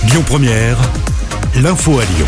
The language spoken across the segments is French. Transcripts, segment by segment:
Lyon Première, l'info à Lyon.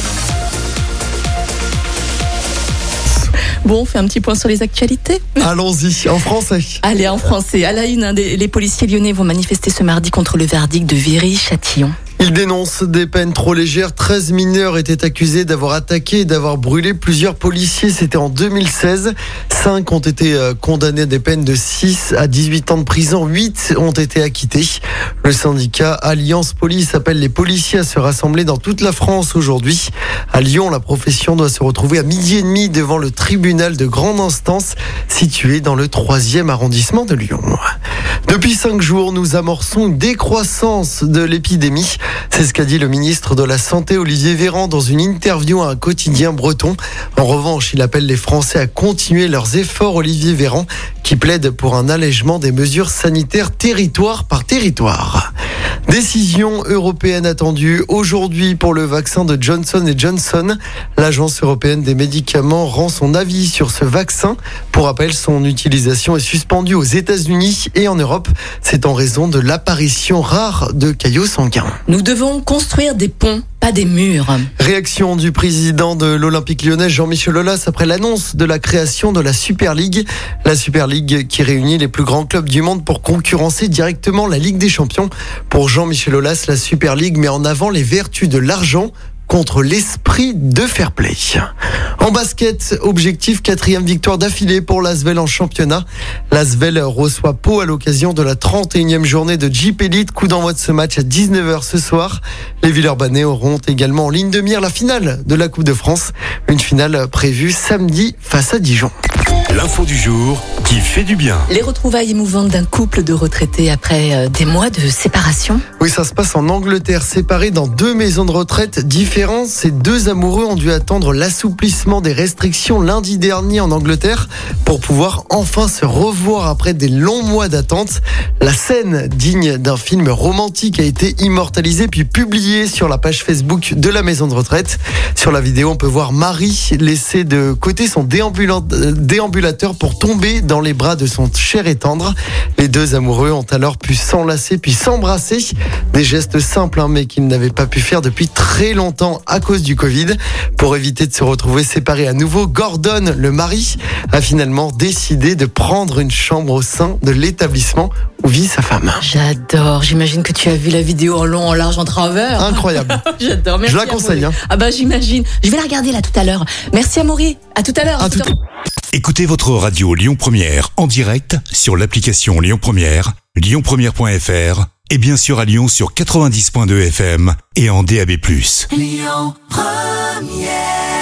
Bon, on fait un petit point sur les actualités. Allons-y, en français. Allez, en français. À la une, les policiers lyonnais vont manifester ce mardi contre le verdict de Viry-Châtillon. Ils dénoncent des peines trop légères. 13 mineurs étaient accusés d'avoir attaqué et d'avoir brûlé plusieurs policiers. C'était en 2016. 5 ont été condamnés à des peines de 6 à 18 ans de prison. 8 ont été acquittés. Le syndicat Alliance Police appelle les policiers à se rassembler dans toute la France aujourd'hui. À Lyon, la profession doit se retrouver à 12h30 devant le tribunal de grande instance situé dans le 3e arrondissement de Lyon. Depuis 5 jours, nous amorçons une décroissance de l'épidémie. C'est ce qu'a dit le ministre de la Santé, Olivier Véran, dans une interview à un quotidien breton. En revanche, il appelle les Français à continuer leurs efforts. Olivier Véran, qui plaide pour un allègement des mesures sanitaires territoire par territoire. Décision européenne attendue aujourd'hui pour le vaccin de Johnson & Johnson. L'Agence européenne des médicaments rend son avis sur ce vaccin. Pour rappel, son utilisation est suspendue aux États-Unis et en Europe. C'est en raison de l'apparition rare de caillots sanguins. Nous devons construire des ponts, pas des murs. Réaction du président de l'Olympique lyonnais, Jean-Michel Aulas, après l'annonce de la création de la Super League. La Super League qui réunit les plus grands clubs du monde pour concurrencer directement la Ligue des Champions. Pour Jean-Michel Aulas, la Super League met en avant les vertus de l'argent contre l'esprit de fair play. En basket, objectif 4e victoire d'affilée pour l'Asvel en championnat. L'Asvel reçoit Pau à l'occasion de la 31e journée de Jeep Elite. Coup d'envoi de ce match à 19h ce soir. Les Villeurbanais auront également en ligne de mire la finale de la Coupe de France. Une finale prévue samedi face à Dijon. L'info du jour qui fait du bien. Les retrouvailles émouvantes d'un couple de retraités après des mois de séparation. Oui, ça se passe en Angleterre, séparés dans 2 maisons de retraite différentes. Ces 2 amoureux ont dû attendre l'assouplissement des restrictions lundi dernier en Angleterre pour pouvoir enfin se revoir après des longs mois d'attente. La scène digne d'un film romantique a été immortalisée puis publiée sur la page Facebook de la maison de retraite. Sur la vidéo, on peut voir Marie laisser de côté son déambulateur pour tomber dans les bras de son cher et tendre. Les 2 amoureux ont alors pu s'enlacer puis s'embrasser. Des gestes simples, mais qu'ils n'avaient pas pu faire depuis très longtemps à cause du Covid. Pour éviter de se retrouver séparés à nouveau, Gordon, le mari, a finalement décidé de prendre une chambre au sein de l'établissement où vit sa femme. J'adore. J'imagine que tu as vu la vidéo en long, en large, en travers. Incroyable. J'adore. Merci. Je la conseille. Ah bah j'imagine. Je vais la regarder là tout à l'heure. Merci Amaury. À tout à l'heure. À tout. Écoutez votre radio Lyon Première en direct sur l'application Lyon Première, lyonpremière.fr et bien sûr à Lyon sur 90.2 FM et en DAB+. Lyon Première.